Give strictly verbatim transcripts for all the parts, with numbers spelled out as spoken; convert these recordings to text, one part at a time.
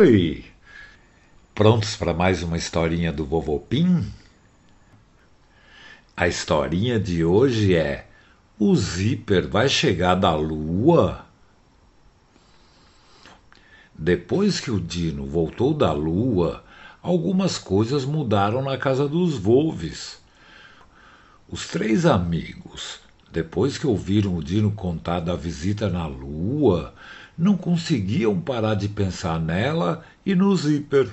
Polly! Prontos para mais uma historinha do Vovô Pim? A historinha de hoje é: o Zíper vai chegar da lua? Depois que o Dino voltou da lua, algumas coisas mudaram na casa dos Volves. Os três amigos, depois que ouviram o Dino contar da visita na lua, não conseguiam parar de pensar nela e no Zíper.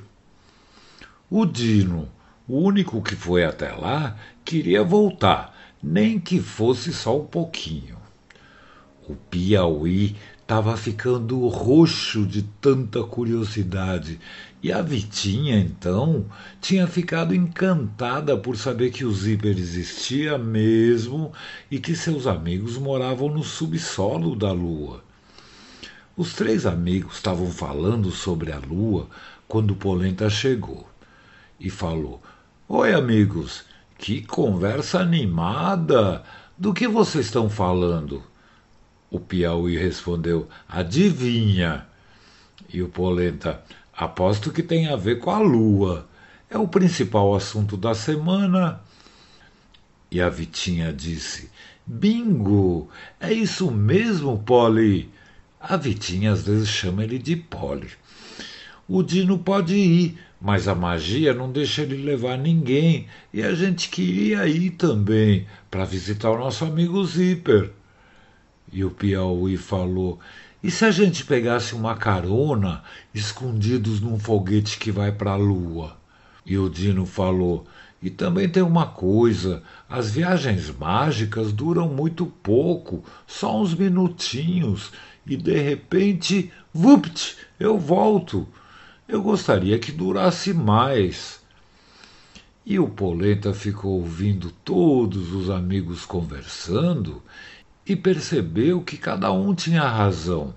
O Dino, o único que foi até lá, queria voltar, nem que fosse só um pouquinho. O Piauí estava ficando roxo de tanta curiosidade, e a Vitinha, então, tinha ficado encantada por saber que o Zíper existia mesmo e que seus amigos moravam no subsolo da lua. Os três amigos estavam falando sobre a lua quando Polenta chegou e falou: "Oi, amigos, que conversa animada! Do que vocês estão falando?" O Piauí respondeu: "Adivinha?" E o Polenta: "Aposto que tem a ver com a lua. É o principal assunto da semana." E a Vitinha disse: "Bingo! É isso mesmo, Polly." A Vitinha às vezes chama ele de Polly. "O Dino pode ir, mas a magia não deixa ele levar ninguém, e a gente queria ir também, para visitar o nosso amigo Zíper." E o Piauí falou: "E se a gente pegasse uma carona, escondidos num foguete que vai para a lua?" E o Dino falou: "E também tem uma coisa, as viagens mágicas duram muito pouco, só uns minutinhos, e de repente, vupt, eu volto. Eu gostaria que durasse mais." E o Polenta ficou ouvindo todos os amigos conversando e percebeu que cada um tinha razão.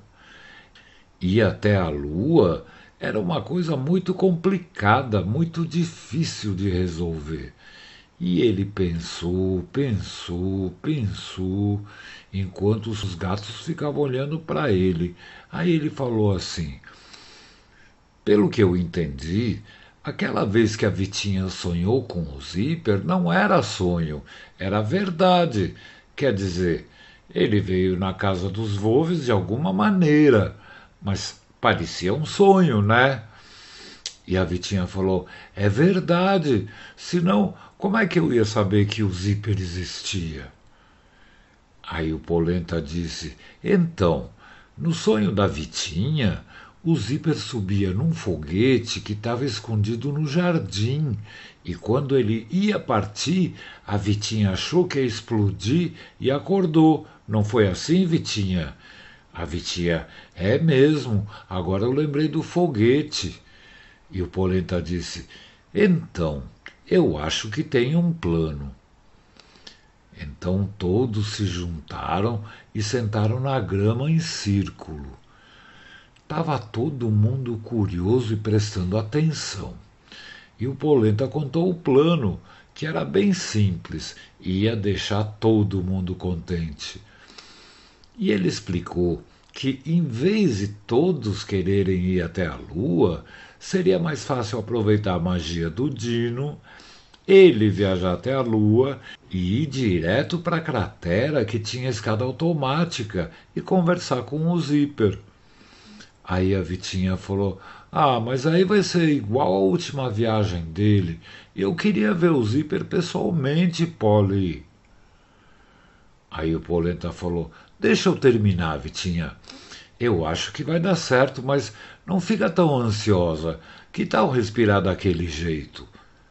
Ir até a lua era uma coisa muito complicada, muito difícil de resolver. E ele pensou, pensou, pensou, enquanto os gatos ficavam olhando para ele. Aí ele falou assim: "Pelo que eu entendi, aquela vez que a Vitinha sonhou com o Zíper não era sonho, era verdade. Quer dizer, ele veio na casa dos Volves de alguma maneira, mas parecia um sonho, né?" E a Vitinha falou: "É verdade, senão como é que eu ia saber que o Zíper existia?" Aí o Polenta disse: "Então, no sonho da Vitinha, o Zíper subia num foguete que estava escondido no jardim, e quando ele ia partir, a Vitinha achou que ia explodir e acordou. Não foi assim, Vitinha?" A Vitinha: "É mesmo, agora eu lembrei do foguete." E o Polenta disse: "Então, eu acho que tem um plano." Então todos se juntaram e sentaram na grama em círculo. Estava todo mundo curioso e prestando atenção. E o Polenta contou o plano, que era bem simples e ia deixar todo mundo contente. E ele explicou que, em vez de todos quererem ir até a lua, seria mais fácil aproveitar a magia do Dino, ele viajar até a lua e ir direto para a cratera que tinha escada automática e conversar com o Zíper. Aí a Vitinha falou: "Ah, mas aí vai ser igual a última viagem dele. Eu queria ver o Zíper pessoalmente, Polly." Aí o Polenta falou: "Deixa eu terminar, Vitinha. Eu acho que vai dar certo, mas não fica tão ansiosa. Que tal respirar daquele jeito?"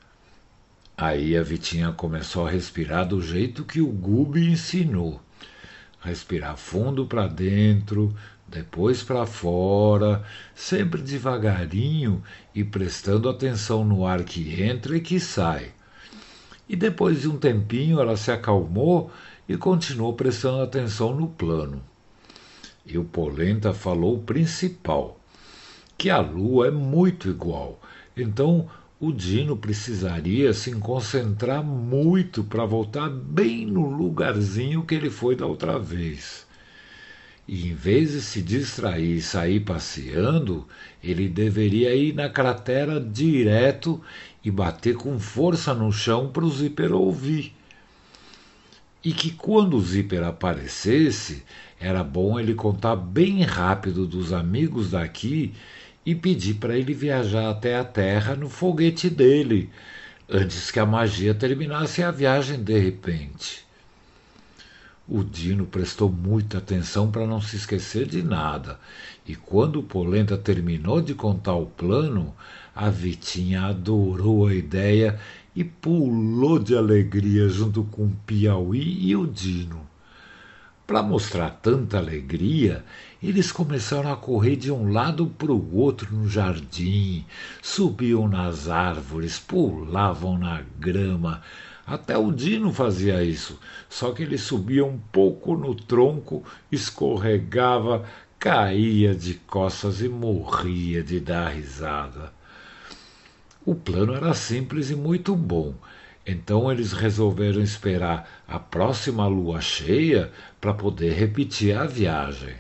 Aí a Vitinha começou a respirar do jeito que o Gubi ensinou. Respirar fundo para dentro, depois para fora, sempre devagarinho e prestando atenção no ar que entra e que sai. E depois de um tempinho ela se acalmou e continuou prestando atenção no plano. E o Polenta falou o principal, que a lua é muito igual. Então o Dino precisaria se concentrar muito para voltar bem no lugarzinho que ele foi da outra vez. E em vez de se distrair e sair passeando, ele deveria ir na cratera direto e bater com força no chão para o Zíper ouvir. E que quando o Zíper aparecesse, era bom ele contar bem rápido dos amigos daqui e pedir para ele viajar até a Terra no foguete dele, antes que a magia terminasse a viagem de repente. O Dino prestou muita atenção para não se esquecer de nada, e quando o Polenta terminou de contar o plano, a Vitinha adorou a ideia e pulou de alegria junto com o Piauí e o Dino. Para mostrar tanta alegria, eles começaram a correr de um lado para o outro no jardim, subiam nas árvores, pulavam na grama. Até o Dino fazia isso, só que ele subia um pouco no tronco, escorregava, caía de costas e morria de dar risada. O plano era simples e muito bom. Então eles resolveram esperar a próxima lua cheia para poder repetir a viagem.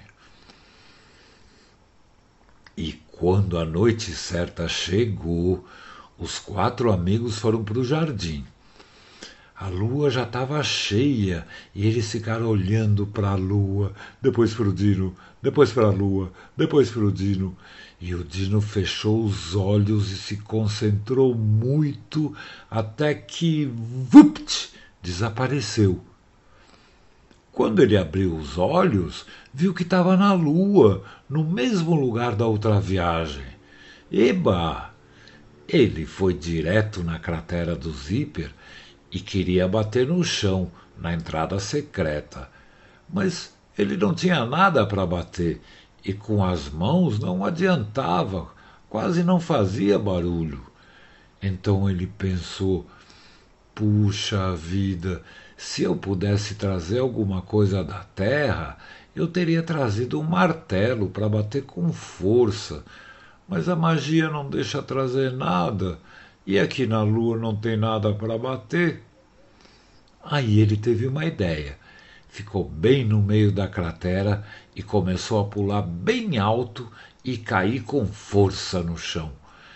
E quando a noite certa chegou, os quatro amigos foram para o jardim. A lua já estava cheia e eles ficaram olhando para a lua, depois para o Dino, depois para a lua, depois para o Dino. E o Dino fechou os olhos e se concentrou muito até que, vupt, desapareceu. Quando ele abriu os olhos, viu que estava na lua, no mesmo lugar da outra viagem. Eba! Ele foi direto na cratera do Zíper e queria bater no chão, na entrada secreta. Mas ele não tinha nada para bater, e com as mãos não adiantava, quase não fazia barulho. Então ele pensou, puxa vida, se eu pudesse trazer alguma coisa da terra, eu teria trazido um martelo para bater com força. Mas a magia não deixa trazer nada, e aqui na lua não tem nada para bater. Aí ele teve uma ideia. Ficou bem no meio da cratera e começou a pular bem alto e cair com força no chão.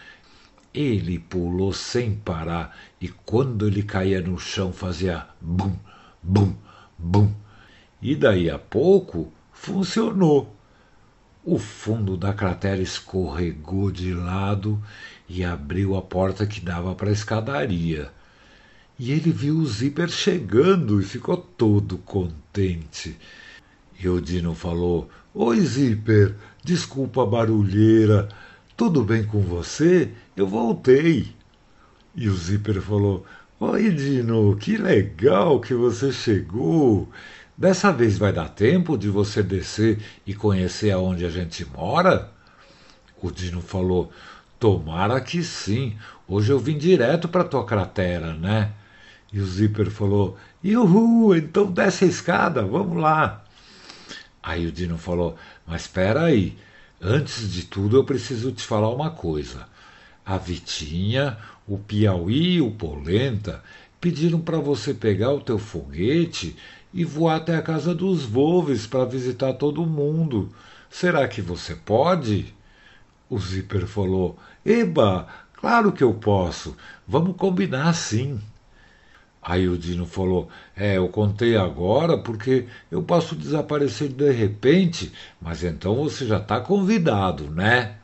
Ele pulou sem parar e quando ele caía no chão fazia bum, bum, bum. E daí a pouco funcionou. O fundo da cratera escorregou de lado e abriu a porta que dava para a escadaria. E ele viu o Zíper chegando e ficou todo contente. E o Dino falou, oi Zíper, desculpa a barulheira, tudo bem com você? Eu voltei. E o Zíper falou, oi Dino, que legal que você chegou. Dessa vez vai dar tempo de você descer e conhecer aonde a gente mora? O Dino falou, tomara que sim, hoje eu vim direto para tua cratera, né? E o Zíper falou, Iuhu, então desce a escada, vamos lá. Aí o Dino falou, mas espera aí, antes de tudo eu preciso te falar uma coisa. A Vitinha, o Piauí e o Polenta pediram para você pegar o teu foguete e voar até a casa dos Wolves para visitar todo mundo. Será que você pode? O Zíper falou, eba, claro que eu posso, vamos combinar sim. Aí o Dino falou, é, eu contei agora porque eu posso desaparecer de repente, mas então você já está convidado, né?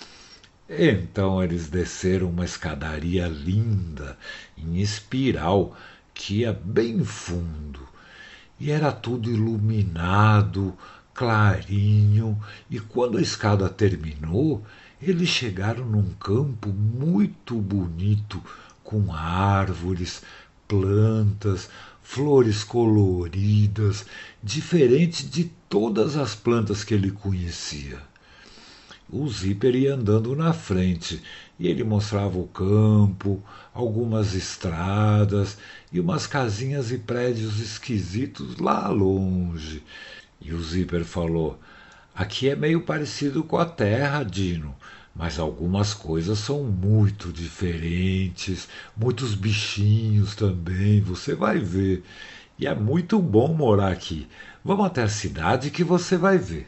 Então eles desceram uma escadaria linda, em espiral, que ia bem fundo. E era tudo iluminado, clarinho, e quando a escada terminou, eles chegaram num campo muito bonito, com árvores, plantas, flores coloridas, diferentes de todas as plantas que ele conhecia. O Zíper ia andando na frente e ele mostrava o campo, algumas estradas e umas casinhas e prédios esquisitos lá longe. E o Zíper falou, aqui é meio parecido com a terra, Dino, mas algumas coisas são muito diferentes, muitos bichinhos também, você vai ver. E é muito bom morar aqui. Vamos até a cidade que você vai ver.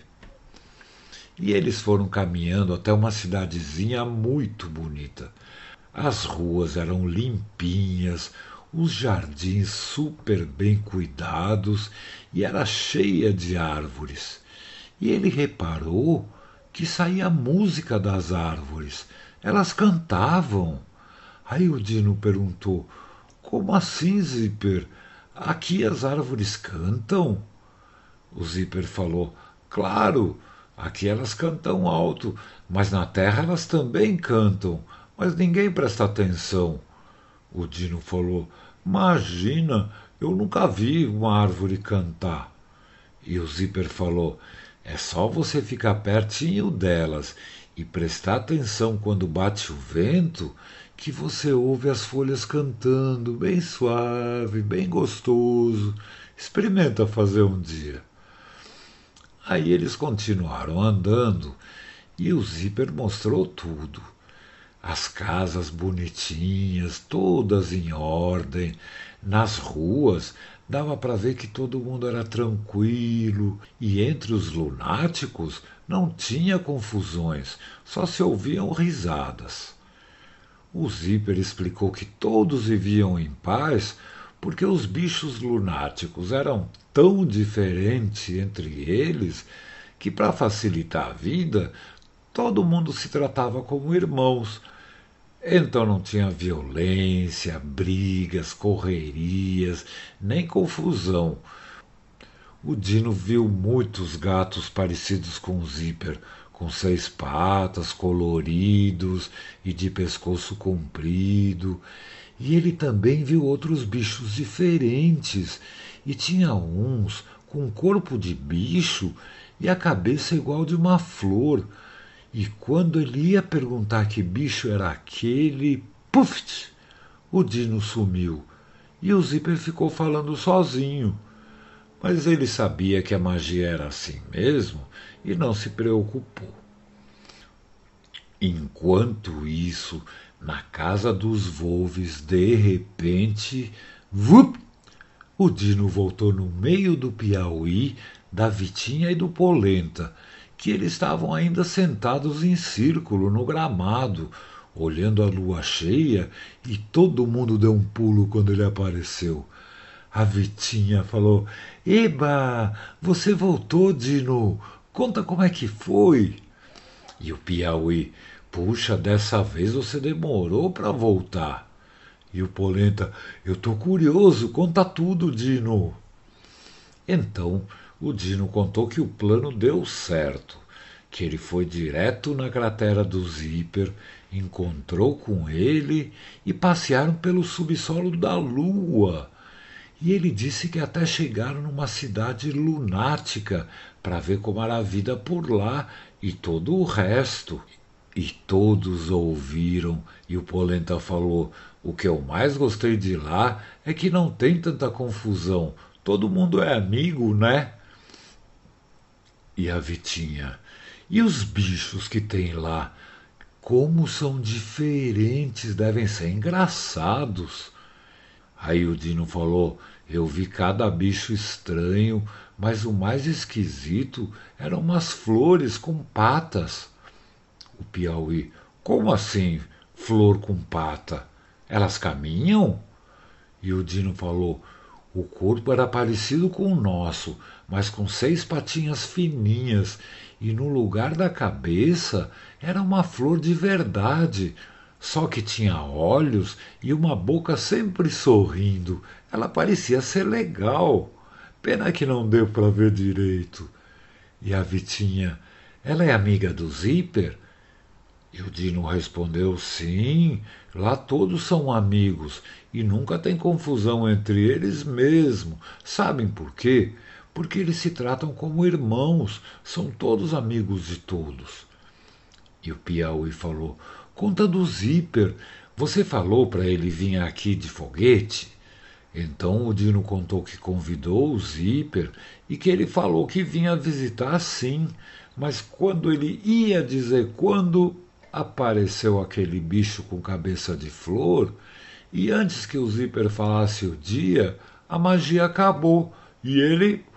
E eles foram caminhando até uma cidadezinha muito bonita. As ruas eram limpinhas, os jardins super bem cuidados e era cheia de árvores. E ele reparou que saía música das árvores. Elas cantavam. Aí o Dino perguntou: Como assim, Zíper? Aqui as árvores cantam? O Zíper falou: Claro, aqui elas cantam alto, mas na terra elas também cantam, mas ninguém presta atenção. O Dino falou: Imagina, eu nunca vi uma árvore cantar. E o Zíper falou: É só você ficar pertinho delas e prestar atenção quando bate o vento, que você ouve as folhas cantando, bem suave, bem gostoso. Experimenta fazer um dia. Aí eles continuaram andando e o Zíper mostrou tudo. As casas bonitinhas, todas em ordem. Nas ruas dava para ver que todo mundo era tranquilo e entre os lunáticos não tinha confusões, só se ouviam risadas. O Zíper explicou que todos viviam em paz porque os bichos lunáticos eram tão diferentes entre eles que, para facilitar a vida, todo mundo se tratava como irmãos. Então não tinha violência, brigas, correrias, nem confusão. O Dino viu muitos gatos parecidos com o Zíper, com seis patas, coloridos e de pescoço comprido. E ele também viu outros bichos diferentes, e tinha uns com corpo de bicho e a cabeça igual de uma flor. E quando ele ia perguntar que bicho era aquele, puf! O Dino sumiu e o Zíper ficou falando sozinho. Mas ele sabia que a magia era assim mesmo e não se preocupou. Enquanto isso, na casa dos Wolves, de repente, vup, o Dino voltou no meio do Piauí, da Vitinha e do Polenta, que eles estavam ainda sentados em círculo no gramado, olhando a lua cheia, e todo mundo deu um pulo quando ele apareceu. A Vitinha falou: Eba, você voltou, Dino. Conta como é que foi. E o Piauí: Puxa, dessa vez você demorou para voltar. E o Polenta: Eu tô curioso, conta tudo, Dino. Então o Dino contou que o plano deu certo, que ele foi direto na cratera do Zíper, encontrou com ele e passearam pelo subsolo da Lua. E ele disse que até chegaram numa cidade lunática para ver como era a vida por lá e todo o resto. E todos ouviram, e o Polenta falou: O que eu mais gostei de lá é que não tem tanta confusão. Todo mundo é amigo, né? E a Vitinha: E os bichos que tem lá? Como são diferentes, devem ser engraçados. Aí o Dino falou: Eu vi cada bicho estranho, mas o mais esquisito eram umas flores com patas. O Piauí: Como assim, flor com pata? Elas caminham? E o Dino falou: O corpo era parecido com o nosso, mas com seis patinhas fininhas, e no lugar da cabeça era uma flor de verdade, só que tinha olhos e uma boca sempre sorrindo. Ela parecia ser legal. Pena que não deu para ver direito. E a Vitinha: Ela é amiga do Zíper? E o Dino respondeu: Sim, lá todos são amigos e nunca tem confusão entre eles mesmo. Sabem por quê? Porque eles se tratam como irmãos, são todos amigos de todos. E o Piauí falou: Conta do Zíper. Você falou para ele vir aqui de foguete? Então o Dino contou que convidou o Zíper e que ele falou que vinha visitar sim, mas quando ele ia dizer quando, apareceu aquele bicho com cabeça de flor, e antes que o Zíper falasse o dia, a magia acabou e ele up,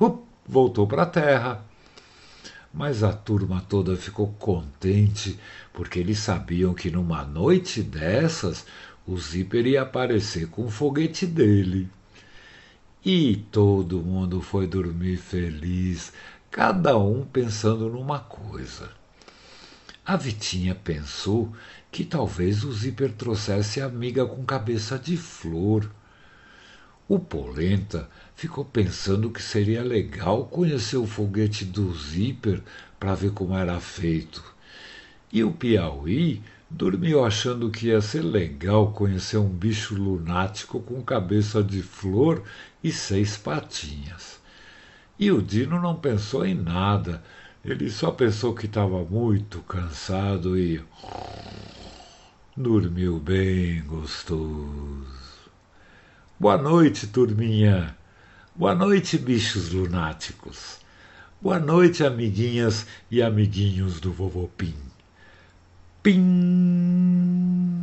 voltou para a terra. Mas a turma toda ficou contente, porque eles sabiam que numa noite dessas o Zíper ia aparecer com o foguete dele. E todo mundo foi dormir feliz, cada um pensando numa coisa. A Vitinha pensou que talvez o Zíper trouxesse a amiga com cabeça de flor. O Polenta ficou pensando que seria legal conhecer o foguete do Zíper para ver como era feito. E o Piauí dormiu achando que ia ser legal conhecer um bicho lunático com cabeça de flor e seis patinhas. E o Dino não pensou em nada, ele só pensou que estava muito cansado e dormiu bem gostoso. Boa noite, turminha. Boa noite, bichos lunáticos. Boa noite, amiguinhas e amiguinhos do Vovô Pim. Pim!